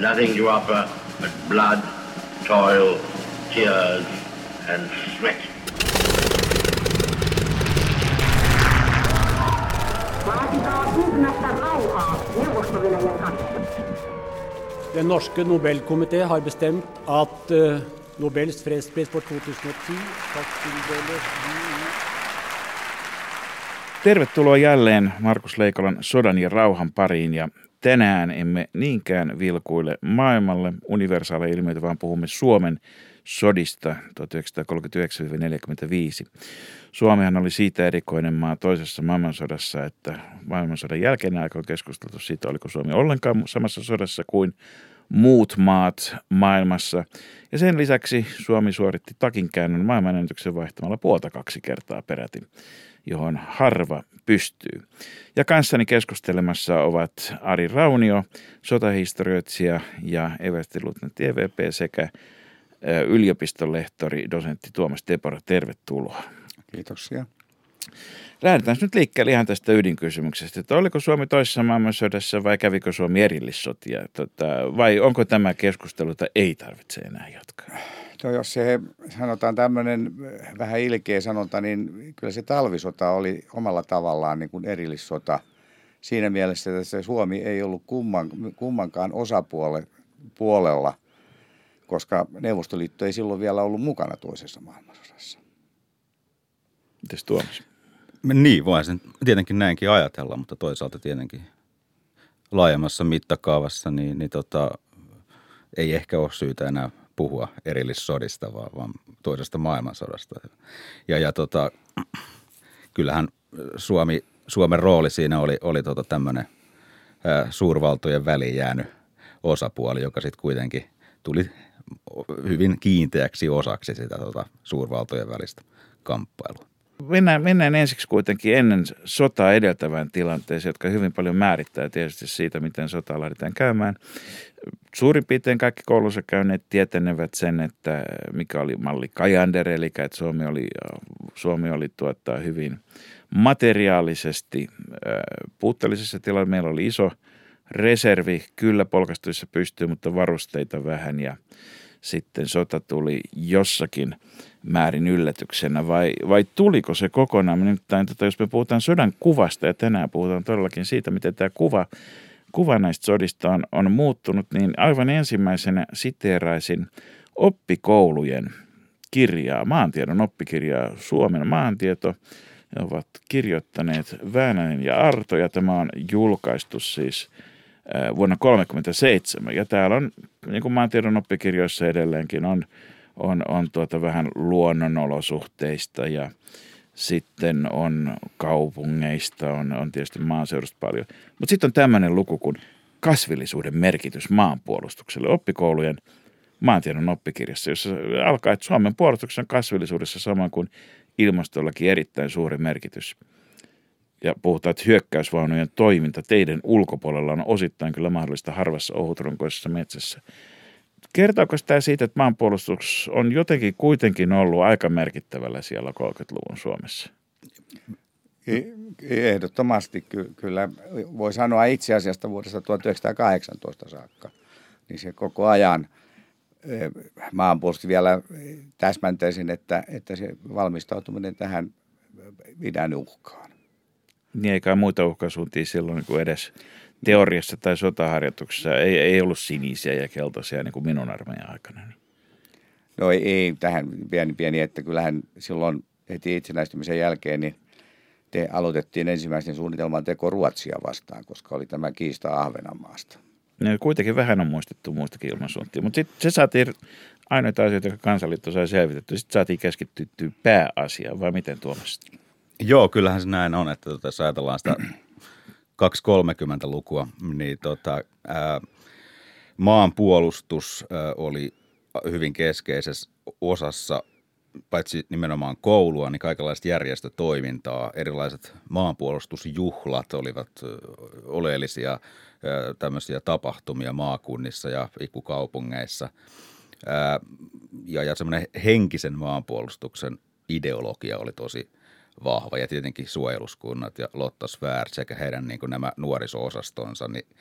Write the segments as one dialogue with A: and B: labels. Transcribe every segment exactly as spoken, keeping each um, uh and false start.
A: nothing to offer but blood, toil, tears and sweat.
B: Vaatikaa kyhmästä rauhaa Neuvosto-Venäjän kanssa.
C: Den norske Nobelkomité har bestemt at uh, Nobels fredspris for kaksituhattati skal tildeles.
D: Tervetuloa jälleen Markus Leikolan Sodan ja rauhan pariin, ja tänään emme niinkään vilkuile maailmalle universaaleja ilmiöitä, vaan puhumme Suomen sodista tuhatyhdeksänsataakolmekymmentäyhdeksän neljäkymmentäviisi. Suomihan oli siitä erikoinen maa toisessa maailmansodassa, että maailmansodan jälkeen aika on keskusteltu siitä, oliko Suomi ollenkaan samassa sodassa kuin muut maat maailmassa. Ja sen lisäksi Suomi suoritti takinkäännön maailmanennätyksen vaihtamalla puolta kaksi kertaa peräti, johon harva pystyy. Ja kanssani keskustelemassa ovat Ari Raunio, sotahistorioitsija ja everstiluutnantti E V P sekä yliopiston lehtori, dosentti Tuomas Tepora. Tervetuloa.
E: Kiitoksia.
D: Lähdetään nyt liikkeelle ihan tästä ydinkysymyksestä, että oliko Suomi toisessa maailmansodassa vai kävikö Suomi erillissotia? Tota, vai onko tämä keskustelu, jota ei tarvitse enää jatkaa?
E: No jos se sanotaan tämmöinen vähän ilkeä sanonta, niin kyllä se talvisota oli omalla tavallaan niin kuin erillissota. Siinä mielessä, että se Suomi ei ollut kumman, kummankaan osapuolella, koska Neuvostoliitto ei silloin vielä ollut mukana toisessa maailmansodassa.
D: Mites Tuomas?
F: Niin, voi sen tietenkin näinkin ajatella, mutta toisaalta tietenkin laajemmassa mittakaavassa niin, niin tota, ei ehkä ole syytä enää puhua erillissodista, vaan, vaan toisesta maailmansodasta. Ja, ja tota, kyllähän Suomi, Suomen rooli siinä oli, oli tota tämmöinen ää, suurvaltojen väliin jäänyt osapuoli, joka sitten kuitenkin tuli hyvin kiinteäksi osaksi sitä tota, suurvaltojen välistä kamppailua.
D: Mennään, mennään ensiksi kuitenkin ennen sotaa edeltävään tilanteeseen, jotka hyvin paljon määrittää tietysti siitä, miten sotaa lähdetään käymään. Suurin piirtein kaikki koulussa käyneet tietänevät sen, että mikä oli malli Kajander, eli että Suomi oli, Suomi oli tuottaa hyvin materiaalisesti puutteellisessa tilassa. Meillä oli iso reservi, kyllä polkastuissa pystyy, mutta varusteita vähän, ja sitten sota tuli jossakin määrin yllätyksenä, vai, vai tuliko se kokonaan? Nimittäin, tota, jos me puhutaan sodan kuvasta, ja tänään puhutaan todellakin siitä, miten tämä kuva, kuva näistä sodista on, on muuttunut, niin aivan ensimmäisenä siteeraisin oppikoulujen kirjaa, maantiedon oppikirjaa Suomen maantieto. He ovat kirjoittaneet Väänänen ja Arto, ja tämä on julkaistu siis vuonna tuhatyhdeksänsataakolmekymmentäseitsemän. Ja täällä on, niin kuin maantiedon oppikirjoissa edelleenkin, on, on, on tuota vähän luonnonolosuhteista ja sitten on kaupungeista, on, on tietysti maaseudusta paljon. Mutta sitten on tämmöinen luku kuin kasvillisuuden merkitys maanpuolustukselle oppikoulujen maantiedon oppikirjassa, jossa alkaa, että Suomen puolustuksen kasvillisuudessa samoin kuin ilmastollakin erittäin suuri merkitys. Ja puhutaan, että hyökkäysvaunujen toiminta teidän ulkopuolella on osittain kyllä mahdollista harvassa ohutrunkoisessa metsässä. Kertooko tämä siitä, että maanpuolustus on jotenkin kuitenkin ollut aika merkittävällä siellä kolmekymmentäluvun Suomessa?
E: Ehdottomasti ky- kyllä voi sanoa itse asiassa vuodesta tuhatyhdeksänsataakahdeksantoista saakka. Niin se koko ajan maanpuolustus vielä täsmäntäisin, että, että se valmistautuminen tähän idän uhkaan.
D: Niin eikä muita uhkasuuntia silloin niin kuin edes teoriassa tai sotaharjoituksessa. Ei, ei ollut sinisiä ja keltaisia niin kuin minun armeijan aikana.
E: No ei, ei tähän pieni pieni, että kyllähän silloin heti itsenäistymisen jälkeen niin te aloitettiin ensimmäisen suunnitelman teko Ruotsia vastaan, koska oli tämä kiista Ahvenanmaasta.
D: No, kuitenkin vähän on muistettu muistakin ilmansuuntia, mutta sitten se saatiin ainoita asioita, jotka Kansanliitto sai selvitetty. Sitten saatiin keskittyä pääasiaan, vai miten Tuomas?
F: Joo, kyllähän se näin on, että tota, jos ajatellaan sitä kaksisataakolmekymmentälukua, niin tota, ää, maanpuolustus ää, oli hyvin keskeisessä osassa, paitsi nimenomaan koulua, niin kaikenlaista järjestötoimintaa, erilaiset maanpuolustusjuhlat olivat oleellisia tämmöisiä tapahtumia maakunnissa ja pikkukaupungeissa. Ja, ja semmoinen henkisen maanpuolustuksen ideologia oli tosi vahva, ja tietenkin suojeluskunnat ja Lotta Svärd sekä heidän niin kuin nämä nuoriso-osastonsa, niin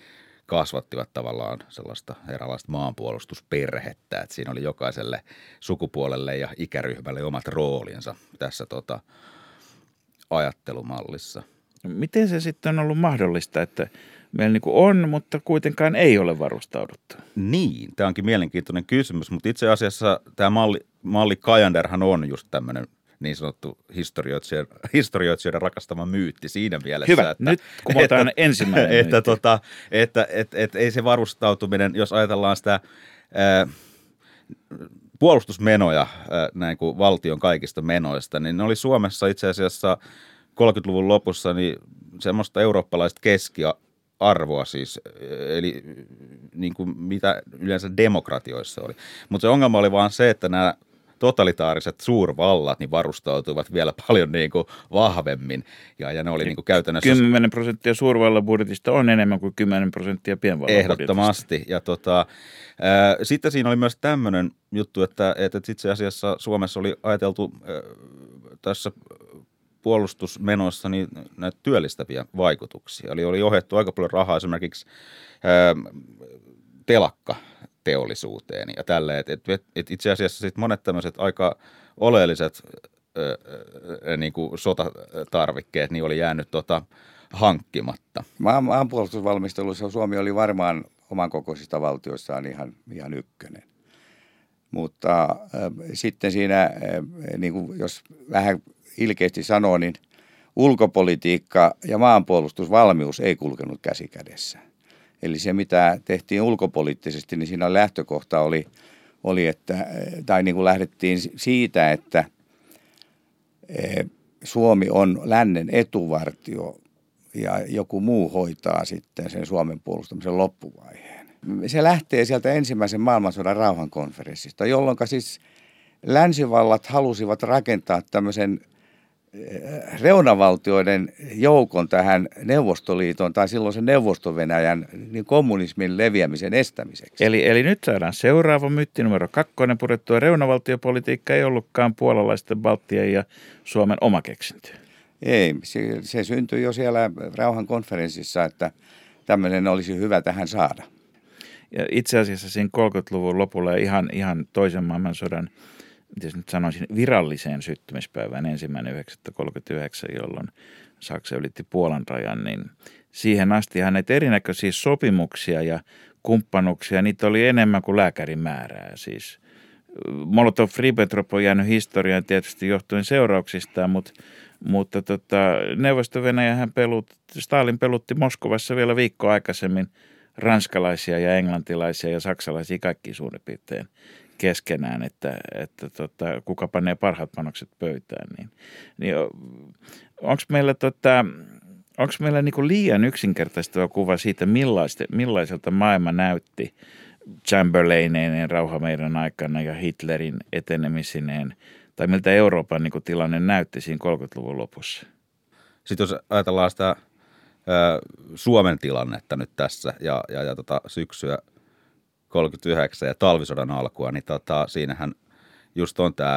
F: kasvattivat tavallaan sellaista eräänlaista maanpuolustusperhettä, että siinä oli jokaiselle sukupuolelle ja ikäryhmälle omat roolinsa tässä tota, ajattelumallissa.
D: Miten se sitten on ollut mahdollista, että meillä niin kuin on, mutta kuitenkaan ei ole varustauduttu?
F: Niin, tämä onkin mielenkiintoinen kysymys, mutta itse asiassa tämä malli, malli Kajanderhan on just tämmöinen niin sanottu historioitsijoiden, historioitsijoiden rakastama myytti siinä mielessä.
D: Hyvä,
F: että,
D: nyt kumotaan
F: että,
D: ensimmäinen
F: että,
D: myytti.
F: tota, että et, et, ei se varustautuminen, jos ajatellaan sitä ää, puolustusmenoja ää, näin kuin valtion kaikista menoista, niin ne oli Suomessa itse asiassa kolmekymmentäluvun lopussa niin semmoista eurooppalaista keskiarvoa siis, eli niin kuin mitä yleensä demokratioissa oli. Mutta se ongelma oli vaan se, että nämä totalitaariset suurvallat niin varustautuivat vielä paljon niin kuin vahvemmin ja, ja ne oli niin kuin käytännössä
D: kymmenen prosenttia suurvallan budjetista on enemmän kuin kymmenen prosenttia pienvallan budjetista.
F: Ehdottomasti. Ja tota, ää, sitten siinä oli myös tämmöinen juttu, että, että itse asiassa Suomessa oli ajateltu ää, tässä puolustusmenoissa niin näitä työllistäviä vaikutuksia. Eli oli ohjattu aika paljon rahaa esimerkiksi ää, telakka teollisuuteen ja tälleen, että et, et itse asiassa sit monet tämmöiset aika oleelliset ää, niin kuin sotatarvikkeet niin oli jäänyt tota, hankkimatta.
E: Maan, maanpuolustusvalmistelussa Suomi oli varmaan oman kokoisista valtioissaan ihan, ihan ykkönen. Mutta äh, sitten siinä, äh, niin kuin jos vähän ilkeästi sanoo, niin ulkopolitiikka ja maanpuolustusvalmius ei kulkenut käsi kädessä. Eli se, mitä tehtiin ulkopoliittisesti, niin siinä lähtökohta oli, oli että, tai niin kuin lähdettiin siitä, että Suomi on lännen etuvartio ja joku muu hoitaa sitten sen Suomen puolustamisen loppuvaiheen. Se lähtee sieltä ensimmäisen maailmansodan rauhankonferenssista, jolloin siis länsivallat halusivat rakentaa tämmöisen reunavaltioiden joukon tähän Neuvostoliiton tai silloisen Neuvosto-Venäjän niin kommunismin leviämisen estämiseksi.
D: Eli, eli nyt saadaan seuraava myytti numero kakkonen purettua. Reunavaltiopolitiikka ei ollutkaan puolalaisten, Baltian ja Suomen oma keksintö.
E: Ei, se, se syntyi jo siellä rauhankonferenssissa, että tämmöinen olisi hyvä tähän saada.
D: Ja itse asiassa siinä kolmekymmentäluvun lopulla ja ihan, ihan toisen maailmansodan, miten nyt sanoisin, viralliseen syttymispäivään ensimmäinen yhdeksättä kolmekymmentäyhdeksän, jolloin Saksa ylitti Puolan rajan, niin siihen astihan näitä erinäköisiä sopimuksia ja kumppanuuksia, niitä oli enemmän kuin lääkärin määrää. Siis Molotov-Ribbentrop on jäänyt historiaan tietysti johtuen seurauksistaan, mutta, mutta tota, Neuvosto-Venäjähän pelutti, Stalin pelutti Moskovassa vielä viikko aikaisemmin ranskalaisia ja englantilaisia ja saksalaisia kaikki suurin piirtein keskenään, että, että tota, kuka panee parhaat panokset pöytään. Niin, niin onko meillä, tota, onko meillä niinku liian yksinkertaistava kuva siitä, millaiselta maailma näytti Chamberlaineineen rauha meidän aikana ja Hitlerin etenemisineen, tai miltä Euroopan niinku tilanne näytti siinä kolmekymmentäluvun lopussa?
F: Sitten jos ajatellaan sitä ä, Suomen tilannetta nyt tässä ja, ja, ja tota, syksyä kolmekymmentäyhdeksän ja talvisodan alkua, niin tota, siinähän just on tämä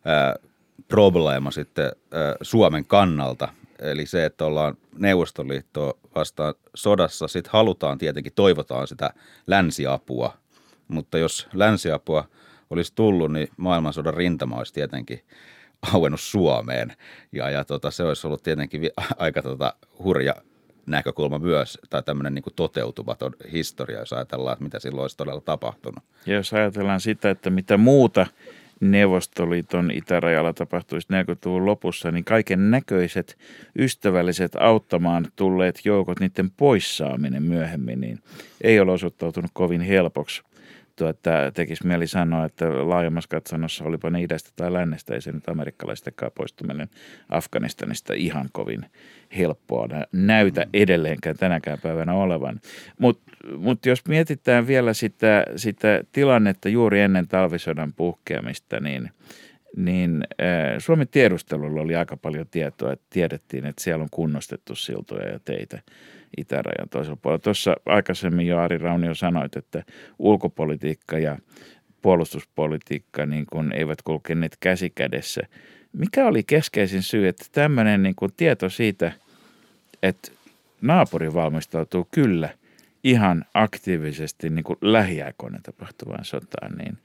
F: probleema sitten ä, Suomen kannalta. Eli se, että ollaan Neuvostoliittoa vastaan sodassa, sitten halutaan tietenkin, toivotaan sitä länsiapua, mutta jos länsiapua olisi tullut, niin maailmansodan rintama olisi tietenkin auennut Suomeen. Ja, ja tota, se olisi ollut tietenkin aika tota, hurja näkökulma myös, tai tämmöinen niin kuin toteutumaton historia, jos ajatellaan, että mitä silloin olisi todella tapahtunut.
D: Ja jos ajatellaan sitä, että mitä muuta Neuvostoliiton itärajalla tapahtuisi neljäkymmentäluvun lopussa, niin kaiken näköiset ystävälliset auttamaan tulleet joukot, niiden poissaaminen myöhemmin, niin ei ole osoittautunut kovin helpoksi. Tuota, tekisi mieli sanoa, että laajemmassa katsannossa, olipa ne idästä tai lännestä, ei se nyt amerikkalaistenkaan poistuminen Afganistanista ihan kovin helppoa näytä edelleenkään tänäkään päivänä olevan. Mutta mut jos mietitään vielä sitä, sitä tilannetta juuri ennen talvisodan puhkeamista, niin, niin äh, Suomen tiedustelulla oli aika paljon tietoa, että tiedettiin, että siellä on kunnostettu siltoja ja teitä itärajan toisella puolella. Tuossa aikaisemmin jo Ari Raunio sanoit, että ulkopolitiikka ja puolustuspolitiikka niin kuin eivät kulkeneet käsi kädessä. Mikä oli keskeisin syy, että tämmöinen niin kuin tieto siitä, että naapuri valmistautuu kyllä ihan aktiivisesti niin kuin lähiaikoina tapahtuvaan sotaan, niin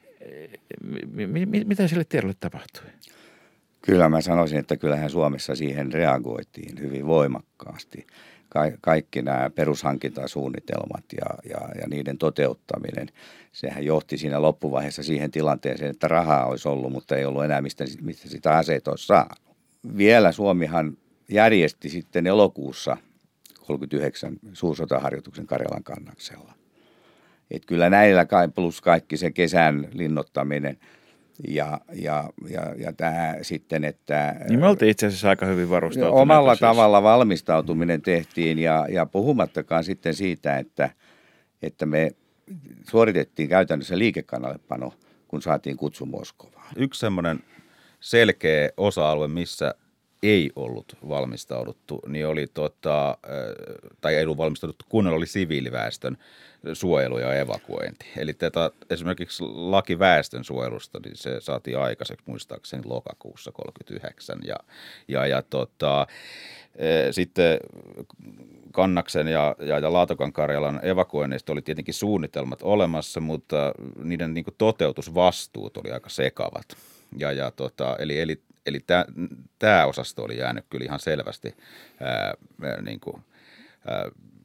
D: mi- mi- mitä sille tiedolle tapahtui?
E: Kyllä mä sanoisin, että kyllähän Suomessa siihen reagoitiin hyvin voimakkaasti. Ka- kaikki nämä perushankintasuunnitelmat ja, ja, ja niiden toteuttaminen, sehän johti siinä loppuvaiheessa siihen tilanteeseen, että rahaa olisi ollut, mutta ei ollut enää mistä, mistä sitä aseita olisi saanut. Vielä Suomihan järjesti sitten elokuussa kolmekymmentäyhdeksän suursotaharjoituksen Karjalan kannaksella. Et kyllä näillä plus kaikki se kesän linnottaminen ja, ja, ja, ja tämä sitten, että...
D: Niin me oltiin itse asiassa aika hyvin varustautuneita.
E: Omalla
D: siis.
E: tavalla valmistautuminen tehtiin ja, ja puhumattakaan sitten siitä, että, että me suoritettiin käytännössä liikekannallepano, kun saatiin kutsu Moskovaan.
F: Yksi semmoinen selkeä osa-alue, missä ei ollut valmistauduttu, niin oli tota, tai ei ollut valmistauduttu, kun oli siviiliväestön suojelu ja evakuointi. Eli tätä, esimerkiksi laki väestön suojelusta, niin se saatiin aikaiseksi muistaakseni lokakuussa kolmekymmentäyhdeksän. Ja, ja, ja tota, e, sitten Kannaksen ja, ja, ja Laatokan Karjalan evakuoinneista oli tietenkin suunnitelmat olemassa, mutta niiden niin kuin toteutusvastuut oli aika sekavat. Ja, ja tota, eli eli Eli tämä osasto oli jäänyt kyllä ihan selvästi ää, niin kuin, ää,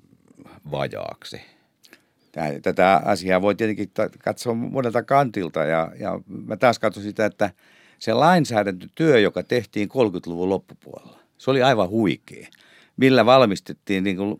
F: vajaaksi.
E: Tätä asiaa voi tietenkin katsoa monelta kantilta ja, ja mä taas katson sitä, että se lainsäädäntötyö, joka tehtiin kolmekymmentäluvun loppupuolella, se oli aivan huikea. Millä valmistettiin niin kuin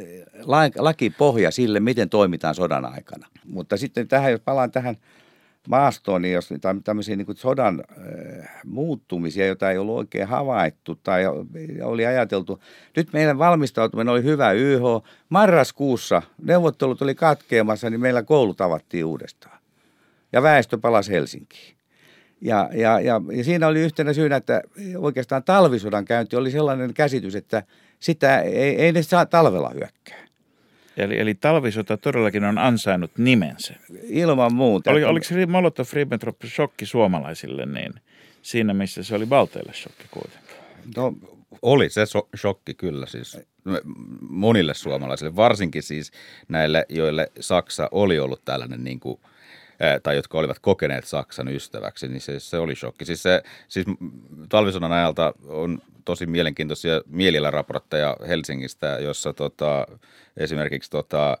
E: lakipohja sille, miten toimitaan sodan aikana. Mutta sitten tähän, jos palaan tähän maastoon, niin jos tämmöisiä niin kuin sodan äh, muuttumisia, joita ei ollut oikein havaittu tai oli ajateltu. Nyt meidän valmistautuminen oli hyvä Y H. Marraskuussa neuvottelut oli katkeamassa, niin meillä koulut avattiin uudestaan. Ja väestö palasi Helsinkiin. Ja, ja, ja, ja siinä oli yhtenä syynä, että oikeastaan talvisodan käynti oli sellainen käsitys, että sitä ei, ei ne saa talvella hyökkää.
D: Eli, eli talvisota todellakin on ansainnut nimensä.
E: Ilman muuta.
D: Oli, oliko se Molotov-Ribbentrop shokki suomalaisille niin siinä, missä se oli balteille shokki kuitenkin?
E: No,
F: oli se so- shokki kyllä siis monille suomalaisille, varsinkin siis näille, joille Saksa oli ollut tällainen niin kuin, tai jotka olivat kokeneet Saksan ystäväksi, niin se, se oli shokki. Siis, se, siis talvisodan ajalta on tosi mielenkiintoisia mielialaraportteja Helsingistä, jossa tota, esimerkiksi tota,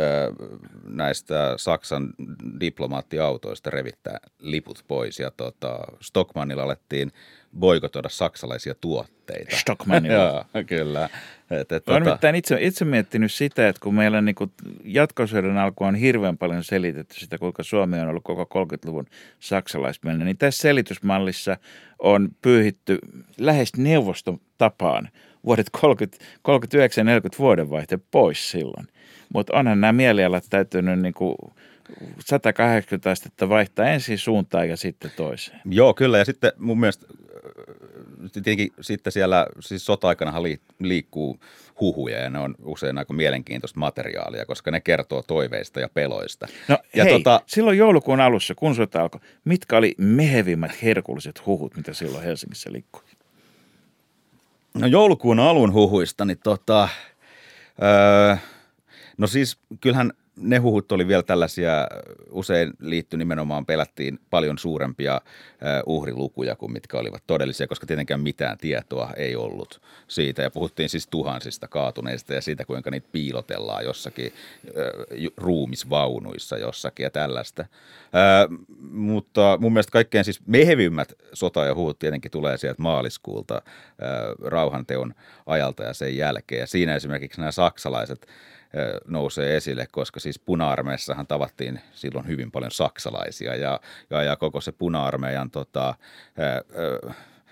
F: näistä Saksan diplomaattiautoista revittää liput pois ja tota, Stockmannilla alettiin boikotoida saksalaisia tuotteita.
D: Stockmannilla.
F: Joo, kyllä. Et, et,
D: olen
F: tota...
D: itse, itse miettinyt sitä, että kun meillä niin jatkosodan alku on hirveän paljon selitetty sitä, kuinka Suomi on ollut koko kolmekymmentäluvun saksalaismielinen, niin tässä selitysmallissa on pyyhitty lähes neuvostotapaan vuodet kolmekymmentäyhdeksän neljäkymmentä vuodenvaihteen pois silloin. Mutta onhan nämä mielialat täytynyt niin kuin sata kahdeksankymmentä astetta vaihtaa ensin suuntaan ja sitten toiseen.
F: Joo, kyllä. Ja sitten mun mielestä tietenkin sitten siellä siis sota-aikanahan liikkuu huhuja ja ne on usein aika mielenkiintoista materiaalia, koska ne kertoo toiveista ja peloista.
D: No
F: ja
D: hei,
F: tota...
D: silloin joulukuun alussa, kun sota alkoi, mitkä oli mehevimmät herkulliset huhut, mitä silloin Helsingissä liikkui?
F: No joulukuun alun huhuista, niin tota, öö, no siis kyllähän ne huhut oli vielä tällaisia, usein liittyi nimenomaan, pelättiin paljon suurempia uhrilukuja kuin mitkä olivat todellisia, koska tietenkään mitään tietoa ei ollut siitä. Ja puhuttiin siis tuhansista kaatuneista ja siitä, kuinka niitä piilotellaan jossakin ruumisvaunuissa jossakin ja tällaista. Ää, mutta mun mielestä kaikkein siis mehevimmät sota- ja huhut tietenkin tulee sieltä maaliskuulta ää, rauhanteon ajalta ja sen jälkeen. Ja siinä esimerkiksi nämä saksalaiset nousee esille, koska siis puna-armeijassahan tavattiin silloin hyvin paljon saksalaisia ja, ja, ja koko se puna-armeijan tota, ää, ää,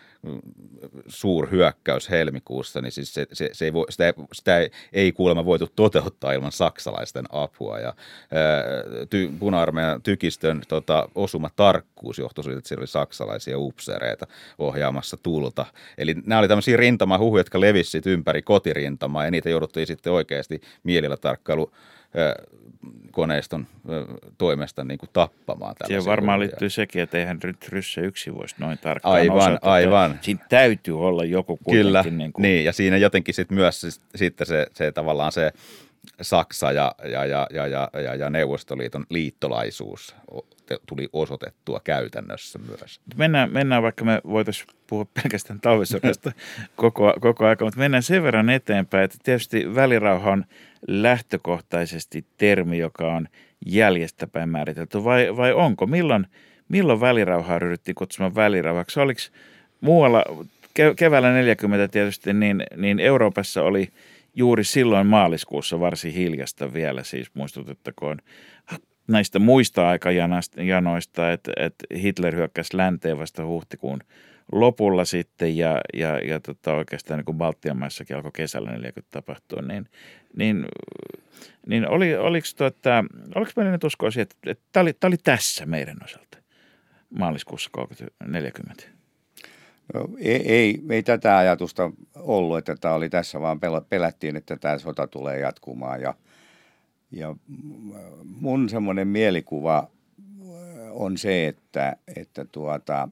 F: suurhyökkäys helmikuussa, niin siis se, se, se ei voi, sitä, sitä ei, ei kuulemma voitu toteuttaa ilman saksalaisten apua. Ja, ää, ty, puna-armeijan tykistön tota, osuma tarkkuus johtui siitä, että siellä oli saksalaisia upseereita ohjaamassa tulta. Eli nämä oli tämmöisiä rintamahuhuja, jotka levisivät ympäri kotirintamaa ja niitä jouduttiin sitten oikeasti mielillä tarkkailu koneiston toimesta niin kuin tappamaan.
D: Siihen varmaan liittyy sekin, että eihän nyt Ryssä yksin voisi noin tarkkaan
F: aivan,
D: osata.
F: Aivan,
D: siinä täytyy olla joku kuitenkin.
F: Kyllä,
D: niin, kuin...
F: niin ja siinä jotenkin sit myös siis, sitten se, se tavallaan se Saksa ja, ja, ja, ja, ja, ja Neuvostoliiton liittolaisuus tuli osoitettua käytännössä myös.
D: Mennään, mennään vaikka me voitaisiin puhua pelkästään talvisodasta koko, koko aika, mutta mennään sen verran eteenpäin, että tietysti välirauha on lähtökohtaisesti termi, joka on jäljestäpäin määritelty, vai, vai onko? Milloin, milloin välirauhaa ryhdyttiin kutsumaan välirauhaksi? Oliko muualla, keväällä neljäkymmentä tietysti, niin, niin Euroopassa oli juuri silloin maaliskuussa varsin hiljasta vielä, siis muistutettakoon näistä muista aikajanoista, että, että Hitler hyökkäsi länteen vasta huhtikuun lopulla sitten ja, ja, ja tota oikeastaan niin kuin Baltian maissakin alkoi kesällä neljäkymmentä tapahtua, niin, niin, niin oli, oliko, tuota, oliko meillä nyt uskoa siihen, että, että tämä oli, tämä oli tässä meidän osalta maaliskuussa neljäkymmentä?
E: No, ei, ei, ei tätä ajatusta ollut, että tämä oli tässä, vaan pelättiin, että tämä sota tulee jatkumaan. Ja, ja mun semmoinen mielikuva on se, että, että tuota,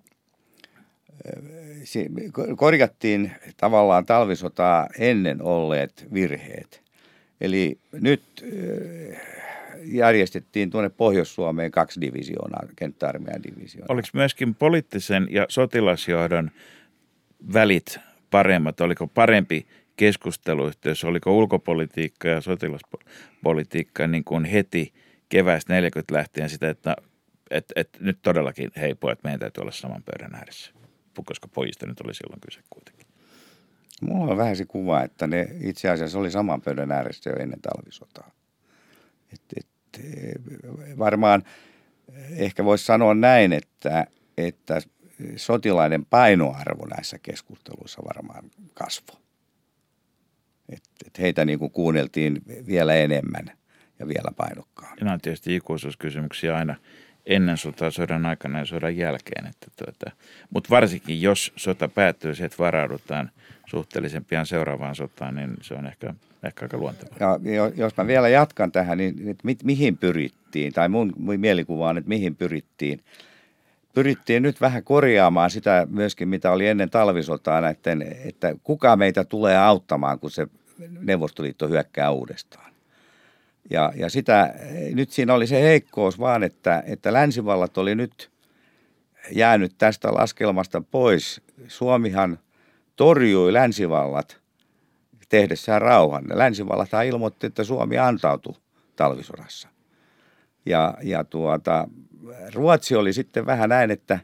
E: korjattiin tavallaan talvisotaa ennen olleet virheet. Eli nyt järjestettiin tuonne Pohjois-Suomeen kaksi divisioonaa, kenttäarmeijan divisioonaa.
D: Oliko myöskin poliittisen ja sotilasjohdon välit paremmat? Oliko parempi keskusteluyhteys? Oliko ulkopolitiikka ja sotilaspolitiikka niin kuin heti keväästä neljäkymmentä lähtien sitä, että et, et nyt todellakin, hei pojat, meidän täytyy olla saman pöydän ääressä, koska pojista nyt oli silloin kyse kuitenkin.
E: Mulla on vähän se kuva, että ne itse asiassa oli saman pöydän ääressä jo ennen talvisotaa. Et, et, varmaan ehkä voisi sanoa näin, että, että sotilaiden painoarvo näissä keskusteluissa varmaan kasvoi. Et, et heitä niin kuin kuunneltiin vielä enemmän ja vielä painokkaammin.
D: Nämä on tietysti ikuisuuskysymyksiä aina ennen sotaa, sodan aikana ja sodan jälkeen. Että tuota, mutta varsinkin jos sota päättyy, että varaudutaan suhteellisen pian seuraavaan sotaan, niin se on ehkä, ehkä aika luontevaa.
E: Ja jos mä vielä jatkan tähän, niin että mi, mihin pyrittiin, tai mun mielikuva on, että mihin pyrittiin. Pyrittiin nyt vähän korjaamaan sitä myöskin, mitä oli ennen talvisotaa, näiden, että kuka meitä tulee auttamaan, kun se Neuvostoliitto hyökkää uudestaan. Ja, ja sitä, nyt siinä oli se heikkous vaan, että, että länsivallat oli nyt jäänyt tästä laskelmasta pois. Suomihan torjui länsivallat tehdessään rauhan. Länsivallathan ilmoitti, että Suomi antautui talvisodassa. Ja, ja tuota, Ruotsi oli sitten vähän näin, että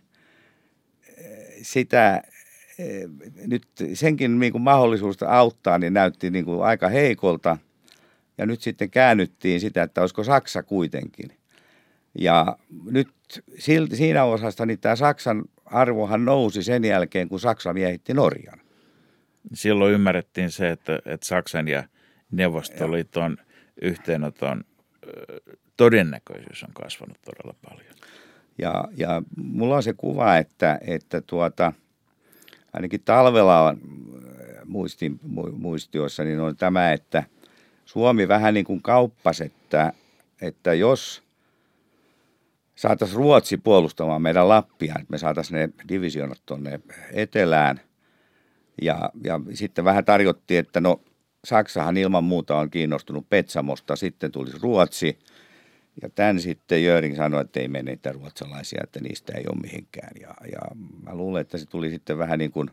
E: sitä nyt senkin niin kuin mahdollisuus auttaa niin näytti niin kuin aika heikolta. Ja nyt sitten käännyttiin sitä, että olisiko Saksa kuitenkin. Ja nyt silti, siinä osasta niin tämä Saksan arvohan nousi sen jälkeen, kun Saksa miehitti Norjan.
D: Silloin ymmärrettiin se, että, että Saksan ja Neuvostoliiton yhteenoton todennäköisyys on kasvanut todella paljon.
E: Ja, ja mulla on se kuva, että, että tuota, ainakin talvella on muisti, muistioissa, niin on tämä, että Suomi vähän niin kuin kauppasi, että, että jos saataisiin Ruotsi puolustamaan meidän Lappia, että me saataisiin ne divisioonat tuonne etelään. Ja, ja sitten vähän tarjottiin, että no Saksahan ilman muuta on kiinnostunut Petsamosta, sitten tulisi Ruotsi. Ja tämän sitten Göring sanoi, että ei mene niitä ruotsalaisia, että niistä ei ole mihinkään. Ja, ja mä luulen, että se tuli sitten vähän niin kuin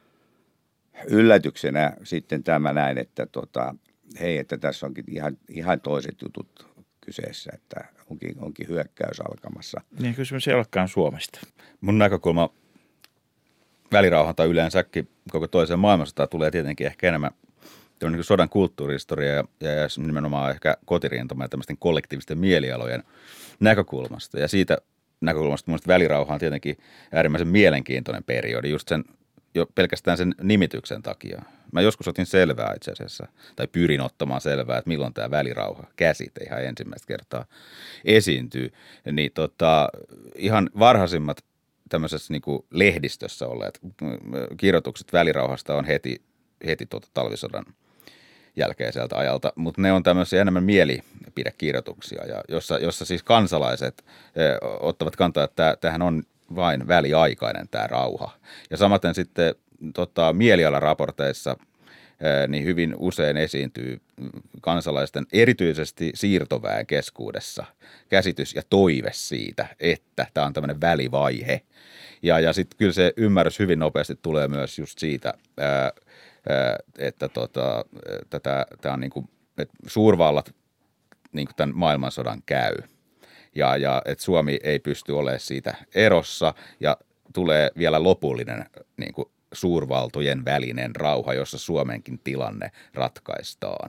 E: yllätyksenä sitten tämä näin, että tota, hei, että tässä onkin ihan, ihan toiset jutut kyseessä, että onkin, onkin hyökkäys alkamassa.
D: Niin kysymys ei olekaan Suomesta.
F: Mun näkökulma välirauhan tai yleensäkin koko toiseen maailmansotaan tulee tietenkin ehkä enemmän niin sodan kulttuurihistoria ja, ja, ja nimenomaan ehkä kotirintama ja tämmöisten kollektiivisten mielialojen näkökulmasta. Ja siitä näkökulmasta mun välirauha on tietenkin äärimmäisen mielenkiintoinen periodi just sen, jo pelkästään sen nimityksen takia. Mä joskus otin selvää itse asiassa, tai pyrin ottamaan selvää, että milloin tämä välirauha käsite ihan ensimmäistä kertaa esiintyy. Niin tota, ihan varhaisimmat tämmöisessä niin kuin lehdistössä olleet kirjoitukset välirauhasta on heti, heti tuota talvisodan jälkeiseltä ajalta, mutta ne on tämmöisiä enemmän mielipidekirjoituksia, ja jossa, jossa siis kansalaiset eh, ottavat kantaa, että tämähän on vain väliaikainen tämä rauha. Ja samaten sitten tota, mielialaraporteissa niin hyvin usein esiintyy kansalaisten, erityisesti siirtoväen keskuudessa, käsitys ja toive siitä, että tämä on tämmöinen välivaihe. Ja, ja sitten kyllä se ymmärrys hyvin nopeasti tulee myös just siitä, ää, ää, että tota, tätä, tämä on niin kuin, että suurvallat niin kuin tämän maailmansodan käy. Ja, ja että Suomi ei pysty olemaan siitä erossa ja tulee vielä lopullinen niin kuin suurvaltojen välinen rauha, jossa Suomenkin tilanne ratkaistaan.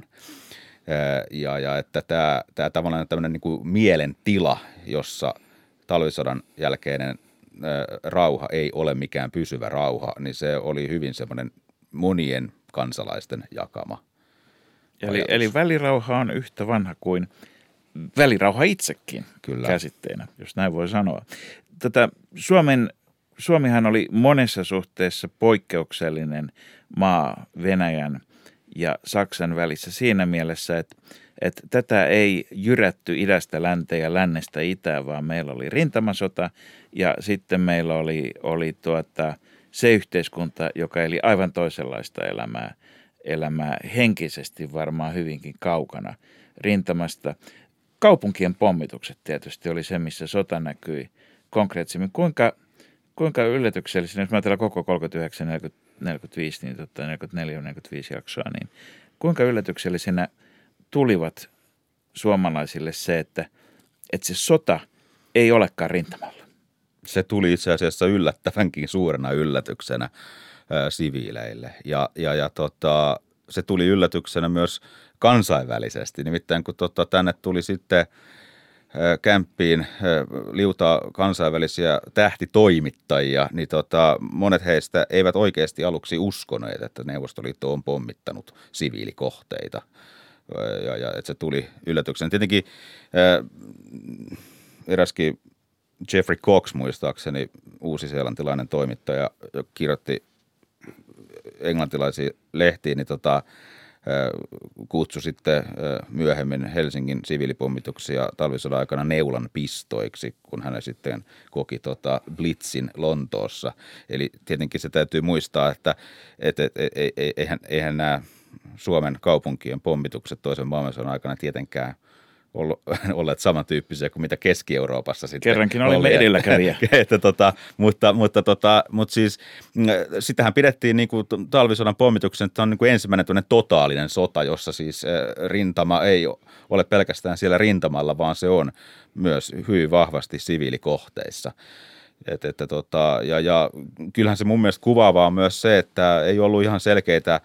F: Ja, ja että tämä, tämä tavallaan tämmöinen niin kuin mielentila, jossa talvisodan jälkeinen rauha ei ole mikään pysyvä rauha, niin se oli hyvin semmoinen monien kansalaisten jakama.
D: Eli, eli välirauha on yhtä vanha kuin välirauha itsekin. Kyllä. Käsitteenä, jos näin voi sanoa. Tätä Suomen, Suomihan oli monessa suhteessa poikkeuksellinen maa Venäjän ja Saksan välissä siinä mielessä, että, että tätä ei jyrätty idästä länteen ja lännestä itään, vaan meillä oli rintamasota ja sitten meillä oli, oli tuota, se yhteiskunta, joka eli aivan toisenlaista elämää, elämää henkisesti varmaan hyvinkin kaukana rintamasta. Kaupunkien pommitukset tietysti oli se, missä sota näkyi konkreettisemmin. Kuinka, kuinka yllätyksellisesti, jos mä ajatellaan koko kolmekymmentäyhdeksän neljäkymmentäviisi, niin tota neljäkymmentäneljä neljäkymmentäviisi jaksoa, niin kuinka yllätyksellisenä tulivat suomalaisille se, että, että se sota ei olekaan rintamalla?
F: Se tuli itse asiassa yllättävänkin suurena yllätyksenä ää, siviileille ja, ja, ja tota, se tuli yllätyksenä myös kansainvälisesti. Nimittäin kun tota, tänne tuli sitten ää, kämppiin ää, liuta kansainvälisiä tähtitoimittajia, niin tota, monet heistä eivät oikeasti aluksi uskoneet, että Neuvostoliitto on pommittanut siviilikohteita. Ja, ja että se tuli yllätyksenä. Tietenkin ää, eräskin Jeffrey Cox, muistaakseni uusi-seelantilainen toimittaja, joka kirjoitti englantilaisiin lehtiin, niin tota, kutsui sitten myöhemmin Helsingin siviilipommituksia talvisodan aikana neulan pistoiksi, kun hän sitten koki tota Blitzin Lontoossa. Eli tietenkin se täytyy muistaa, että et, et, et, et, eihän, eihän nämä Suomen kaupunkien pommitukset toisen maailmansodan aikana tietenkään olleet samantyyppisiä kuin mitä Keski-Euroopassa sitten
D: kerrankin olimme oli. edelläkävijä.
F: että tota, mutta, mutta, tota, mutta siis sitähän pidettiin niin kuin talvisodan pommituksen, että on niin kuin ensimmäinen totaalinen sota, jossa siis rintama ei ole pelkästään siellä rintamalla, vaan se on myös hyvin vahvasti siviilikohteissa. Et, että tota, ja, ja kyllähän se mun mielestä kuvaavaa on myös se, että ei ollut ihan selkeitä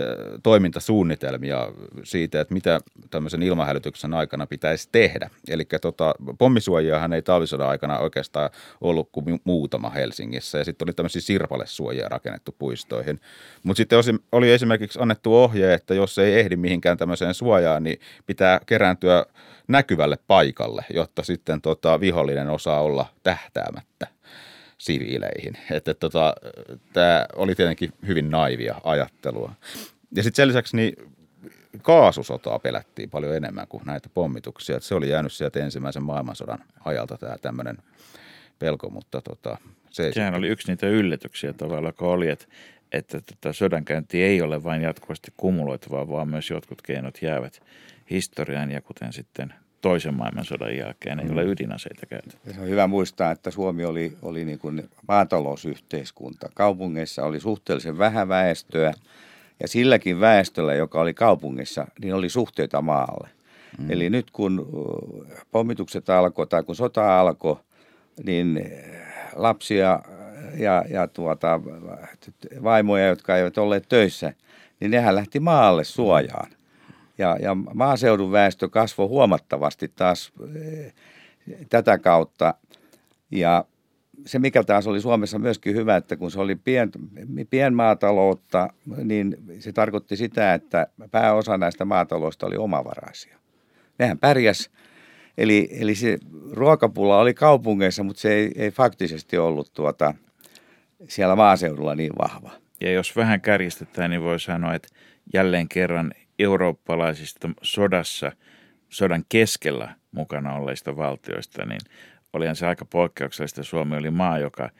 F: toimintasuunnitelmia siitä, että mitä tämmöisen ilmahälytyksen aikana pitäisi tehdä. Eli tota, pommisuojiahan ei talvisodan aikana oikeastaan ollut kuin muutama Helsingissä, ja sitten oli tämmöisiä sirpalesuojia rakennettu puistoihin. Mutta sitten oli esimerkiksi annettu ohje, että jos ei ehdi mihinkään tämmöiseen suojaan, niin pitää kerääntyä näkyvälle paikalle, jotta sitten tota, vihollinen osaa olla tähtäämättä siviileihin. Että tota, tämä oli tietenkin hyvin naivia ajattelua. Ja sitten sen lisäksi niin kaasusotaa pelättiin paljon enemmän kuin näitä pommituksia. Että se oli jäänyt sieltä ensimmäisen maailmansodan ajalta tämä tämmöinen pelko, mutta tota, se ei...
D: Sehän oli yksi niitä yllätyksiä tavallaan, kun oli, että, että tota, sodankäynti ei ole vain jatkuvasti kumuloituvaa, vaan myös jotkut keinot jäävät historiaan ja kuten sitten toisen maailmansodan jälkeen ei ole ydinaseita käytetty.
E: Se on hyvä muistaa, että Suomi oli, oli niin kuin maatalousyhteiskunta. Kaupungeissa oli suhteellisen vähän väestöä ja silläkin väestöllä, joka oli kaupungissa, niin oli suhteita maalle. Mm. Eli nyt kun pommitukset alkoi tai kun sota alkoi, niin lapsia ja, ja tuota, vaimoja, jotka eivät olleet töissä, niin nehän lähti maalle suojaan. Ja, ja maaseudun väestö kasvoi huomattavasti taas e, tätä kautta. Ja se, mikä taas oli Suomessa myöskin hyvä, että kun se oli pien, pienmaataloutta, niin se tarkoitti sitä, että pääosa näistä maataloista oli omavaraisia. Nehän pärjäs. Eli, eli se ruokapula oli kaupungeissa, mutta se ei, ei faktisesti ollut tuota, siellä maaseudulla niin vahva.
D: Ja jos vähän kärjistetään, niin voi sanoa, että jälleen kerran eurooppalaisista sodassa, sodan keskellä mukana olleista valtioista, niin olihan se aika poikkeuksellista. Suomi oli maa, joka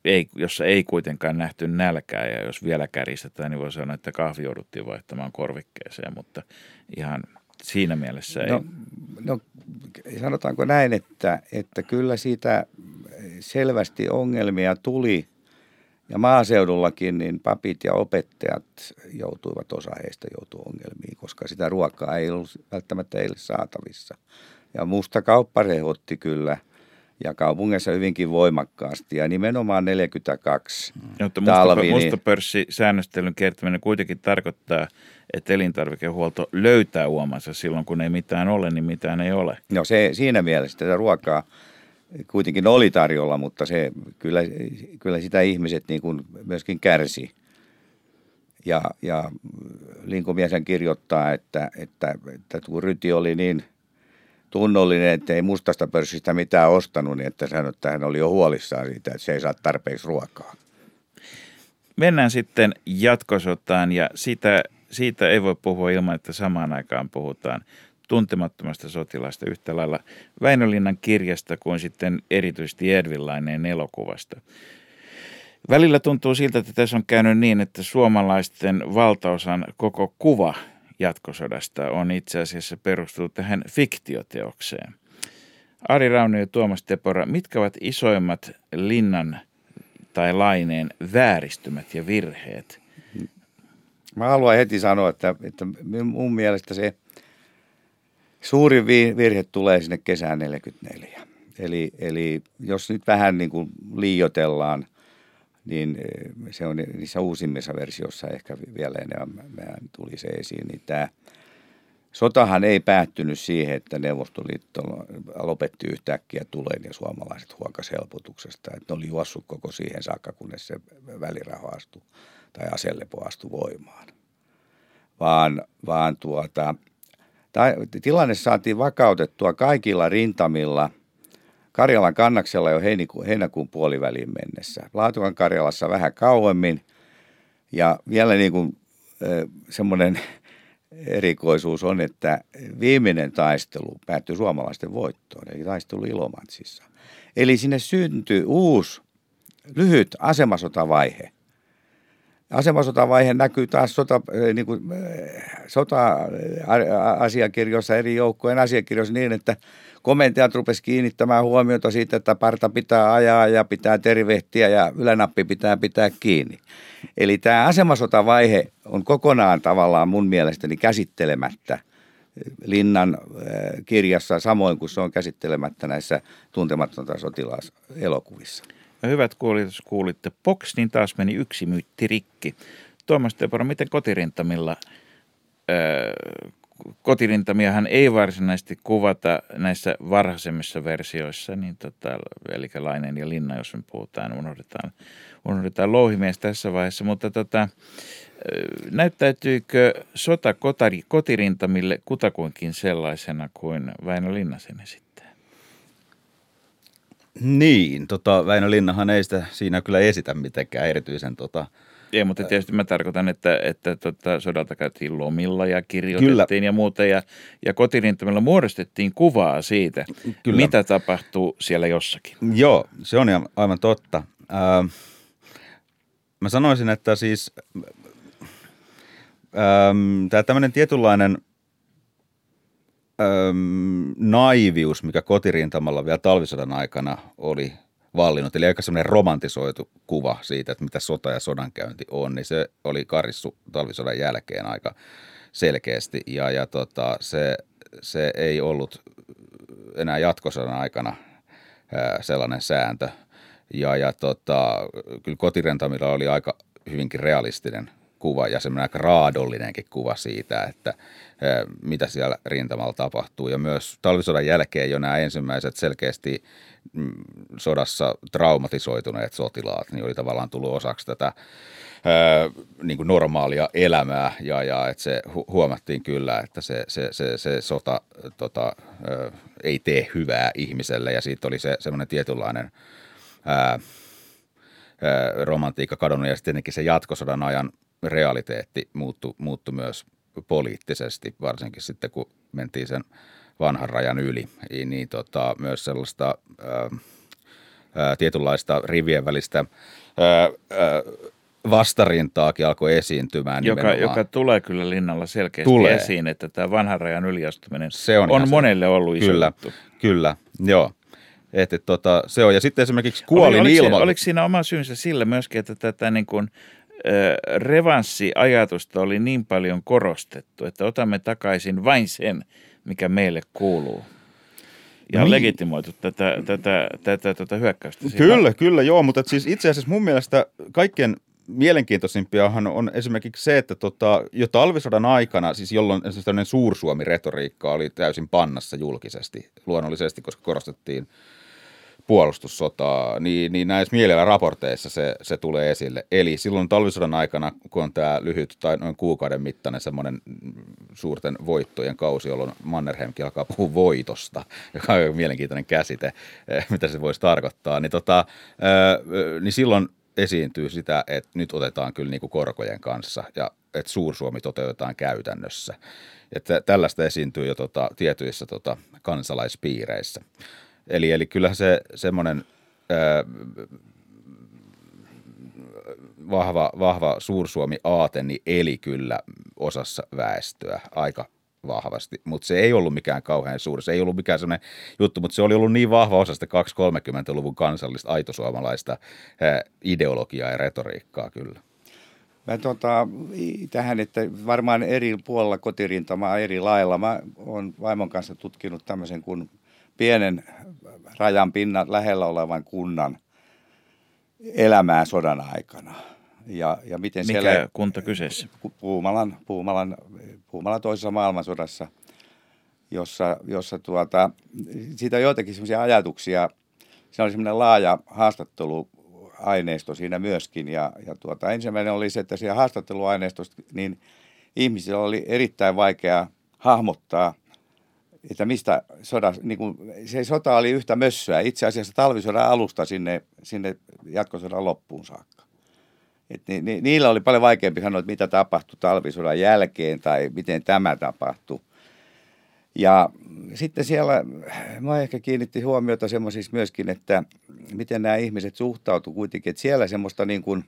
D: ei, jossa ei kuitenkaan nähty nälkää, ja jos vielä käristetään, niin voi sanoa, että kahvi jouduttiin vaihtamaan korvikkeeseen, mutta ihan siinä mielessä ei.
E: No, no sanotaanko näin, että, että kyllä siitä selvästi ongelmia tuli, ja maaseudullakin niin papit ja opettajat joutuivat, osa heistä joutui ongelmiin, koska sitä ruokaa ei ollut välttämättä heille saatavissa. Ja musta kauppa rehotti kyllä, ja kaupungissa hyvinkin voimakkaasti, ja nimenomaan neljäkymmentäkaksi
D: Mutta
E: talvi.
D: Musta,
E: niin,
D: mustapörssisäännöstelyn kertominen kuitenkin tarkoittaa, että elintarvikehuolto löytää uomansa silloin, kun ei mitään ole, niin mitään ei ole.
E: no se, siinä mielessä tätä ruokaa kuitenkin oli tarjolla, mutta se, kyllä, kyllä sitä ihmiset niin kuin myöskin kärsi. Ja, ja Linkomiesen kirjoittaa, että, että, että kun Ryti oli niin tunnollinen, että ei mustasta pörssistä mitään ostanut, niin että sanoi, että hän oli jo huolissaan siitä, että se ei saa tarpeeksi ruokaa.
D: Mennään sitten jatkosotaan, ja siitä, siitä ei voi puhua ilman, että samaan aikaan puhutaan tuntemattomasta sotilaasta yhtä lailla Väinölinnan kirjasta kuin sitten erityisesti Edvin Laineen elokuvasta. Välillä tuntuu siltä, että tässä on käynyt niin, että suomalaisten valtaosan koko kuva jatkosodasta on itse asiassa perustunut tähän fiktioteokseen. Ari Raunio ja Tuomas Tepora, mitkä ovat isoimmat Linnan tai Laineen vääristymät ja virheet?
E: Mä haluan heti sanoa, että, että mun mielestä se suurin virhe tulee sinne kesään neljäkymmentäneljä. Eli, eli jos nyt vähän niin kuin liioitellaan, niin se on niissä uusimmissa versioissa ehkä vielä enemmän tuli se esiin. Niin tämä sotahan ei päättynyt siihen, että Neuvostoliitto lopetti yhtäkkiä tuleen ja suomalaiset huokasi helpotuksesta. Että ne oli juossut koko siihen saakka, kunnes se välirauha astui tai aselepo astui voimaan. Vaan, vaan tuota, tilanne saatiin vakautettua kaikilla rintamilla Karjalan kannaksella jo heinäkuun puoliväliin mennessä. Laatukan Karjalassa vähän kauemmin, ja vielä niin kuin semmoinen erikoisuus on, että viimeinen taistelu päättyi suomalaisten voittoon, eli taistelu Ilomantsissa. Eli sinne syntyi uusi lyhyt asemasotavaihe. Asemasotavaihe näkyy taas sota, niin kuin, sota-asiakirjoissa, eri joukkojen asiakirjoissa niin, että komentajat rupesivat kiinnittämään huomiota siitä, että parta pitää ajaa ja pitää tervehtiä ja ylänappi pitää pitää kiinni. Eli tämä asemasotavaihe on kokonaan tavallaan mun mielestäni käsittelemättä Linnan kirjassa, samoin kuin se on käsittelemättä näissä Tuntematonta sotilaselokuvissa.
D: Ja hyvät kuulijat, jos kuulitte Box, niin taas meni yksi myytti rikki. Tuomas Tepora, miten kotirintamilla? Öö, kotirintamiahan ei varsinaisesti kuvata näissä varhaisemmissa versioissa, niin tota, eli Laineen ja Linna, jos me puhutaan, unohdetaan, unohdetaan louhimies tässä vaiheessa, mutta tota, näyttäytyykö sota kotari, kotirintamille kutakuinkin sellaisena kuin Väinö Linna sen esittää?
F: Niin, tota, Väinö Linnahan ei sitä siinä kyllä esitä mitenkään erityisen tota,
D: Ei, mutta tietysti mä tarkoitan, että, että tota, sodalta käytiin lomilla ja kirjoitettiin Kyllä. ja muuta. Ja, ja kotirintamilla muodostettiin kuvaa siitä, Kyllä. mitä tapahtuu siellä jossakin.
F: Joo, se on aivan totta. Ää, mä sanoisin, että siis tämä tämmöinen tietynlainen äm, naivius, mikä kotirintamalla vielä talvisodan aikana oli vallinnut, eli aika semmoinen romantisoitu kuva siitä, että mitä sota ja sodankäynti on, niin se oli karissu talvisodan jälkeen aika selkeästi, ja, ja tota, se, se ei ollut enää jatkosodan aikana ää, sellainen sääntö, ja, ja tota, kyllä kotirintamilla oli aika hyvinkin realistinen kuva ja semmoinen aika raadollinenkin kuva siitä, että ää, mitä siellä rintamalla tapahtuu, ja myös talvisodan jälkeen jo nämä ensimmäiset selkeästi sodassa traumatisoituneet sotilaat, niin oli tavallaan tullut osaksi tätä ää, niin kuin normaalia elämää, ja, ja että se hu- huomattiin kyllä, että se, se, se, se sota tota, ää, ei tee hyvää ihmiselle, ja siitä oli se semmoinen tietynlainen ää, ää, romantiikka kadonnut, ja sitten tietenkin se jatkosodan ajan realiteetti muuttui, muuttui myös poliittisesti, varsinkin sitten kun mentiin sen vanhan rajan yli, niin tota, myös sellaista ää, ää, tietynlaista rivien välistä ää, ää, vastarintaakin alkoi esiintymään.
D: Joka, joka tulee kyllä Linnalla selkeästi
F: tulee
D: esiin, että tämä vanhan rajan yliastuminen
F: se on,
D: on monelle se. ollut iso
F: Kyllä,
D: juttu.
F: kyllä, joo. Että, et, tota, se on. Ja sitten esimerkiksi kuolin
D: Oli,
F: ilmoitus.
D: Oliko, oliko siinä oma syynsä sillä myöskin, että tätä niin kuin, äh, revanssiajatusta oli niin paljon korostettu, että otamme takaisin vain sen, mikä meille kuuluu? Ja
F: niin.
D: legitimoitu tätä, tätä, tätä, tätä hyökkäystä.
F: Kyllä, kyllä, joo, mutta siis itse asiassa mun mielestä kaikkein mielenkiintoisimpiahan on esimerkiksi se, että tota, jo talvisodan aikana, siis jolloin siis tämmöinen suursuomi-retoriikka oli täysin pannassa julkisesti, luonnollisesti, koska korostettiin puolustussotaa, niin, niin näissä mielellä-raporteissa se, se tulee esille. Eli silloin talvisodan aikana, kun on tämä lyhyt tai noin kuukauden mittainen semmoinen suurten voittojen kausi, jolloin Mannerheimkin alkaa puhua voitosta, joka on mielenkiintoinen käsite, mitä se voisi tarkoittaa, niin, tota, niin silloin esiintyy sitä, että nyt otetaan kyllä niin kuin korkojen kanssa ja että Suursuomi toteutetaan käytännössä. Että tällaista esiintyy jo tota, tietyissä tota, kansalaispiireissä. Eli, eli kyllähän se semmoinen ää, vahva, vahva Suursuomi-aate niin eli kyllä osassa väestöä aika vahvasti, mutta se ei ollut mikään kauhean suuri, se ei ollut mikään sellainen juttu, mutta se oli ollut niin vahva osa sitä kaksikymmentä-kolmekymmentäluvun kansallista aitosuomalaista ää, ideologiaa ja retoriikkaa kyllä.
E: Mä tota, tähän, että varmaan eri puolella kotirintamaa eri lailla. Mä oon vaimon kanssa tutkinut tämmöisen kuin pienen rajan pinnan lähellä olevan kunnan elämää sodan aikana. Ja, ja miten
D: Mikä
E: siellä,
D: kunta kyseessä?
E: Puumalan, Puumalan, Puumalan toisessa maailmansodassa, jossa, jossa tuota, siitä on joitakin semmoisia ajatuksia. Se oli semmoinen laaja haastatteluaineisto siinä myöskin. Ja, ja tuota, ensimmäinen oli se, että siellä haastatteluaineistossa niin ihmisillä oli erittäin vaikea hahmottaa, että mistä soda, niin kuin, se sota oli yhtä mössöä itse asiassa talvisodan alusta sinne, sinne jatkosodan loppuun saakka. Et ni, ni, niillä oli paljon vaikeampi sanoa, että mitä tapahtui talvisodan jälkeen tai miten tämä tapahtui. Ja sitten siellä, mä ehkä kiinnitin huomiota semmoisissa myöskin, että miten nämä ihmiset suhtautuivat kuitenkin, että siellä semmoista niin kuin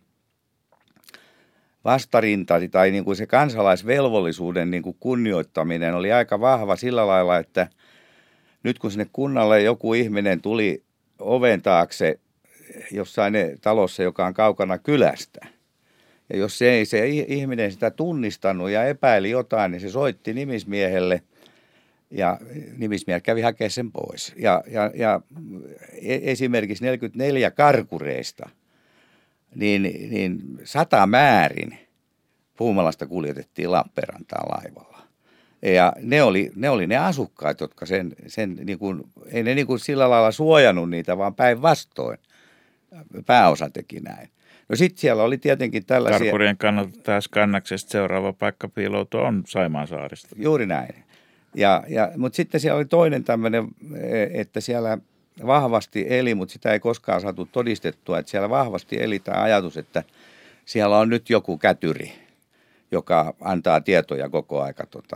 E: vastarinta tai niin kuin se kansalaisvelvollisuuden niin kuin kunnioittaminen oli aika vahva sillä lailla, että nyt kun sinne kunnalle joku ihminen tuli oven taakse jossain talossa, joka on kaukana kylästä, ja jos se ei se ihminen sitä tunnistanut ja epäili jotain, niin se soitti nimismiehelle ja nimismies kävi hakemaan sen pois. Ja, ja, ja esimerkiksi neljäkymmentäneljä karkureista niin, niin sata määrin Puumalasta kuljetettiin Lappeenrantaan laivalla. Ja ne oli ne, oli ne asukkaat, jotka sen, sen niin kuin, ei ne niin kuin sillä lailla suojannut niitä, vaan päinvastoin pääosa teki näin. No sitten siellä oli tietenkin tällaisia...
D: Karkurien kannalta taas Kannaksesta seuraava paikka piiloutua on Saimaansaarista.
E: Juuri näin. Ja, ja, mutta sitten siellä oli toinen tämmöinen, että siellä vahvasti eli, mutta sitä ei koskaan saatu todistettua, että siellä vahvasti eli tämä ajatus, että siellä on nyt joku kätyri, joka antaa tietoja koko aika tota,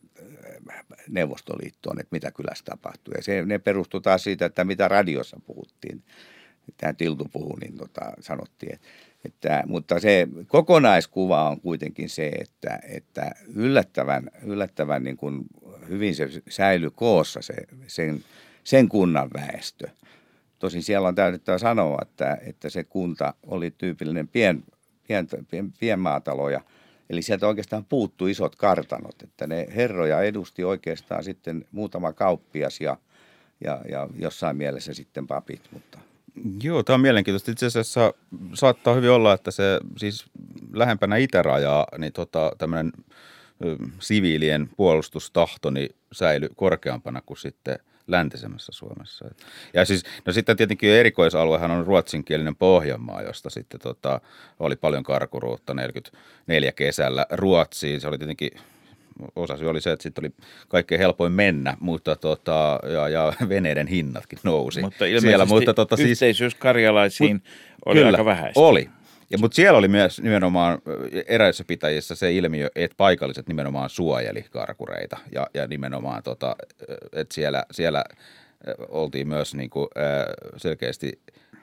E: Neuvostoliittoon, että mitä kylässä tapahtuu. Ja se, ne perustui taas siitä, että mitä radiossa puhuttiin. Tämä Tiltu puhui, niin tota, sanottiin. Että, että, mutta se kokonaiskuva on kuitenkin se, että, että yllättävän, yllättävän niin kuin hyvin se säilyi koossa se, sen, sen kunnan väestö. Tosin siellä on täydettävä sanoa, että, että se kunta oli tyypillinen pien, pien, pien, pienmaataloja. Eli sieltä oikeastaan puuttui isot kartanot, että ne herroja edusti oikeastaan sitten muutama kauppias ja, ja, ja jossain mielessä sitten papit. Mutta.
F: Joo, tämä on mielenkiintoista. Itse asiassa saattaa hyvin olla, että se siis lähempänä itärajaa, niin tota, tämmöinen ö, siviilien puolustustahto niin säilyi korkeampana kuin sitten läntisemmässä Suomessa. Ja siis, no sitten tietenkin erikoisaluehan on ruotsinkielinen Pohjanmaa, josta sitten tota, oli paljon karkuruutta neljäkymmentäneljä kesällä Ruotsiin. Se oli tietenkin, osa syy oli se, että sitten oli kaikkein helpoin mennä, mutta tota, ja, ja veneiden hinnatkin nousi.
D: Mutta ilmeisesti
F: siellä, mutta, tota, siis,
D: yhteisyys karjalaisiin mut, oli
F: kyllä,
D: aika vähäistä.
F: Oli. Ja, mutta siellä oli myös nimenomaan eräissä pitäjissä se ilmiö, että paikalliset nimenomaan suojeli karkureita ja, ja nimenomaan, tota, että siellä, siellä oltiin myös niin kuin, selkeästi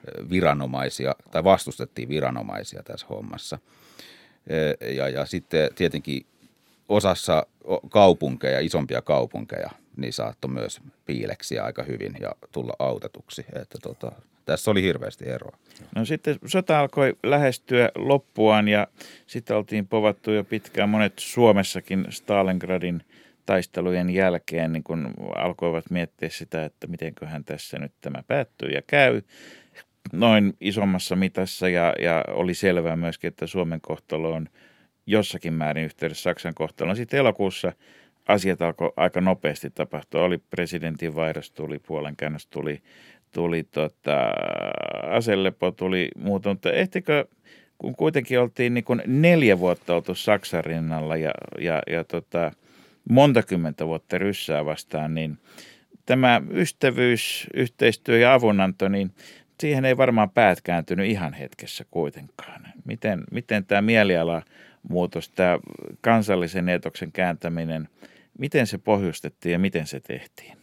F: viranomaisia tai vastustettiin viranomaisia tässä hommassa. Ja, ja sitten tietenkin osassa kaupunkeja, isompia kaupunkeja, niin saattoi myös piileksiä aika hyvin ja tulla autetuksi. Että tota, tässä oli hirveästi eroa.
D: No sitten sota alkoi lähestyä loppuaan ja sitten oltiin povattu jo pitkään. Monet Suomessakin Stalingradin taistelujen jälkeen niin kun alkoivat miettiä sitä, että mitenköhän tässä nyt tämä päättyy ja käy noin isommassa mitassa. Ja, ja oli selvää myöskin, että Suomen kohtalo on jossakin määrin yhteydessä Saksan kohtaloon. Sitten elokuussa asiat alkoi aika nopeasti tapahtua. Oli presidentin vaihdos, tuli Puolan käännös, tuli, tuli tota, aselepo, tuli muuta. Mutta ehtikö, kun kuitenkin oltiin niin kuin neljä vuotta oltu Saksan rinnalla ja, ja, ja tota, monta kymmentä vuotta ryssää vastaan, niin tämä ystävyys, yhteistyö ja avunanto, niin siihen ei varmaan päät kääntynyt ihan hetkessä kuitenkaan. Miten, miten tämä mieliala muutos, tämä kansallisen eetoksen kääntäminen, miten se pohjustettiin ja miten se tehtiin?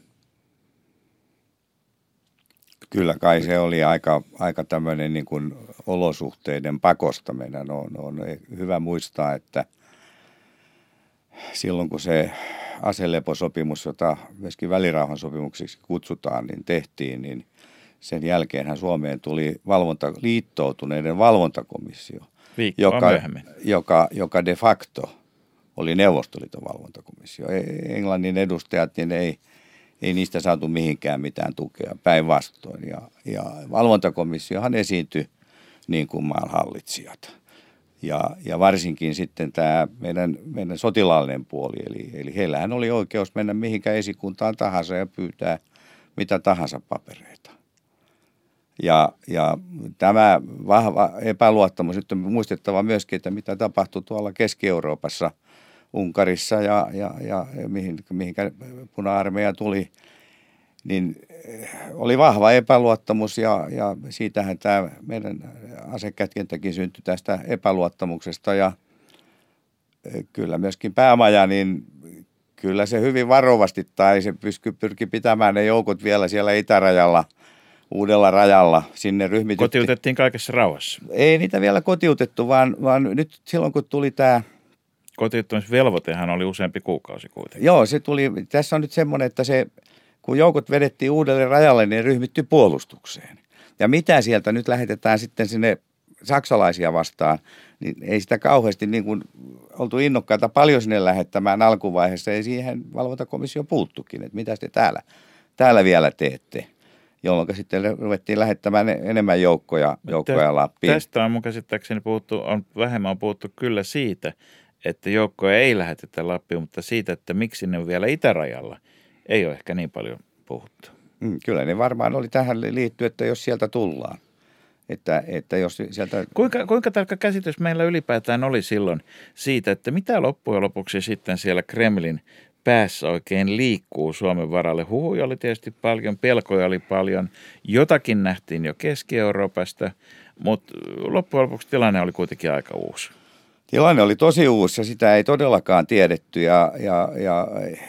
E: Kyllä kai se oli aika, aika tämmöinen niin kuin olosuhteiden pakosta. Meidän on, on hyvä muistaa, että silloin kun se aseleposopimus, jota myöskin välirauhansopimuksiksi kutsutaan, niin tehtiin, niin sen jälkeenhän Suomeen tuli valvonta, liittoutuneiden valvontakomissio, joka, joka, joka de facto oli Neuvostoliiton valvontakomissio. Englannin edustajat, niin ei, ei niistä saatu mihinkään mitään tukea, päinvastoin. Ja, ja valvontakomissiohan esiintyi niin kuin maan hallitsijat. Ja, ja varsinkin sitten tämä meidän, meidän sotilaallinen puoli, eli, eli heillähän oli oikeus mennä mihinkään esikuntaan tahansa ja pyytää mitä tahansa papereita. Ja, ja tämä vahva epäluottamus, nyt on muistettava myöskin, että mitä tapahtui tuolla Keski-Euroopassa, Unkarissa ja, ja, ja mihin, mihinkä puna-armeija tuli, niin oli vahva epäluottamus ja, ja siitähän tämä meidän asekätkentäkin syntyi tästä epäluottamuksesta ja kyllä myöskin päämaja, niin kyllä se hyvin varovasti tai se pyrki pitämään ne joukot vielä siellä itärajalla, uudella rajalla sinne ryhmitettiin.
D: Kotiutettiin kaikessa rauhassa.
E: Ei niitä vielä kotiutettu, vaan, vaan nyt silloin kun tuli tämä...
D: Kotiuttamisvelvoitehan oli useampi kuukausi kuitenkin.
E: Joo, se tuli, tässä on nyt semmoinen, että se, kun joukot vedettiin uudelle rajalle, niin ryhmittyi puolustukseen. Ja mitä sieltä nyt lähetetään sitten sinne saksalaisia vastaan, niin ei sitä kauheasti niin kuin oltu innokkaita paljon sinne lähettämään alkuvaiheessa. Ja siihen valvontakomissio puuttukin, että mitä te täällä, täällä vielä teette. Jolloin sitten ruvettiin lähettämään enemmän joukkoja, joukkoja Lappiin.
D: Tästä on mun käsittääkseni puhuttu, on vähemmän on puhuttu kyllä siitä, että joukkoja ei lähetetä Lappiin, mutta siitä, että miksi ne on vielä itärajalla, ei ole ehkä niin paljon puhuttu.
E: Mm, kyllä ne varmaan oli tähän liittyen, että jos sieltä tullaan. Että, että jos sieltä...
D: Kuinka, kuinka tarkka käsitys meillä ylipäätään oli silloin siitä, että mitä loppujen lopuksi sitten siellä Kremlin päässä oikein liikkuu Suomen varalle? Huhuja oli tietysti paljon, pelkoja oli paljon, jotakin nähtiin jo Keski-Euroopasta, mutta loppujen lopuksi tilanne oli kuitenkin aika uusi.
E: Tilanne oli tosi uusi ja sitä ei todellakaan tiedetty ja, ja, ja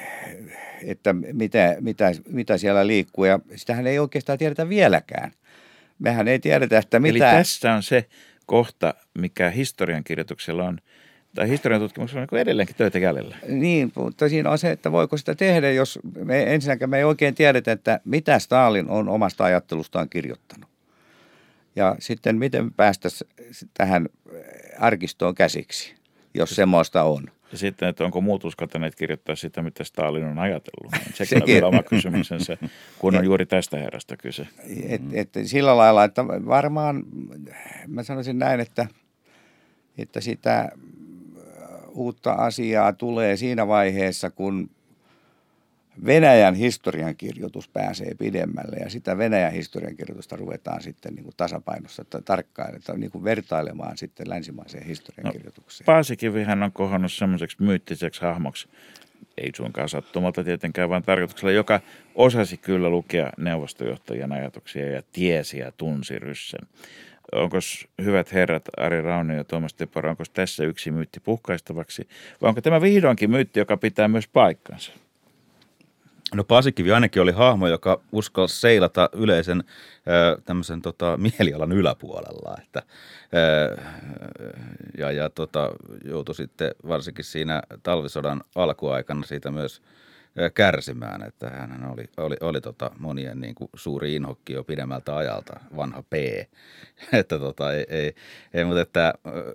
E: että mitä, mitä, mitä siellä liikkuu ja sitähän ei oikeastaan tiedetä vieläkään. Mehän ei tiedetä, että mitä...
D: Eli tässä on se kohta, mikä historiankirjoituksella on, tai historian tutkimuksella on niin edelleenkin töitä jäljellä.
E: Niin, mutta siinä on se, että voiko sitä tehdä, jos me ensinnäkään me ei oikein tiedetä, että mitä Stalin on omasta ajattelustaan kirjoittanut. Ja sitten miten päästäisiin tähän arkistoon käsiksi, jos semmoista on.
D: Ja sitten, että onko muut uskaltaneet kirjoittaa sitä, mitä Stalin on ajatellut. Sekin on vielä oma kysymyksensä, kun on juuri tästä herrasta kyse.
E: Et, et, sillä lailla, että varmaan mä sanoisin näin, että, että sitä uutta asiaa tulee siinä vaiheessa, kun Venäjän historiankirjoitus pääsee pidemmälle ja sitä Venäjän historiankirjoitusta ruvetaan sitten niin kuin tasapainossa tarkkailemaan, niin kuin vertailemaan sitten länsimaiseen historiankirjoitukseen.
D: No, Paasikivihän on kohonnut semmoiseksi myyttiseksi hahmoksi, ei suinkaan sattumalta tietenkään, vaan tarkoituksella, joka osasi kyllä lukea neuvostojohtajien ajatuksia ja tiesi ja tunsi ryssen. Onko hyvät herrat Ari Raunio ja Tuomas Tepora, onko tässä yksi myytti puhkaistavaksi vai onko tämä vihdoinkin myytti, joka pitää myös paikkansa?
F: No Paasikivi ainakin oli hahmo, joka uskalsi seilata yleisen ö, tämmöisen tota, mielialan yläpuolella. Että, ö, ja ja tota, joutui sitten varsinkin siinä talvisodan alkuaikana siitä myös ö, kärsimään. Että hän oli, oli, oli tota, monien niin kuin suuri inhokki jo pidemmältä ajalta, vanha P. että tota, ei, ei, ei mutta että... Ö,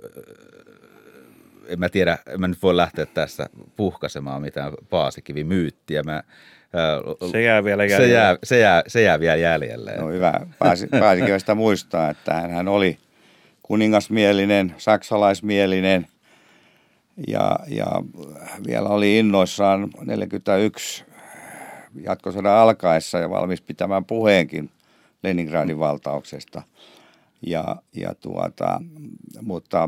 F: en mä tiedä, en mä nyt voi lähteä tässä puhkaisemaan mitään Paasikivi-myyttiä. Mä,
D: se jää vielä jäljelle.
F: Se jää, se jää, se jää vielä jäljelle.
E: No hyvä. Paasikivestä muistaa, että hän oli kuningasmielinen, saksalaismielinen ja, ja vielä oli innoissaan neljäkymmentäyksi jatkosodan alkaessa ja valmis pitämään puheenkin Leningradin valtauksesta. Ja, ja tuota, mutta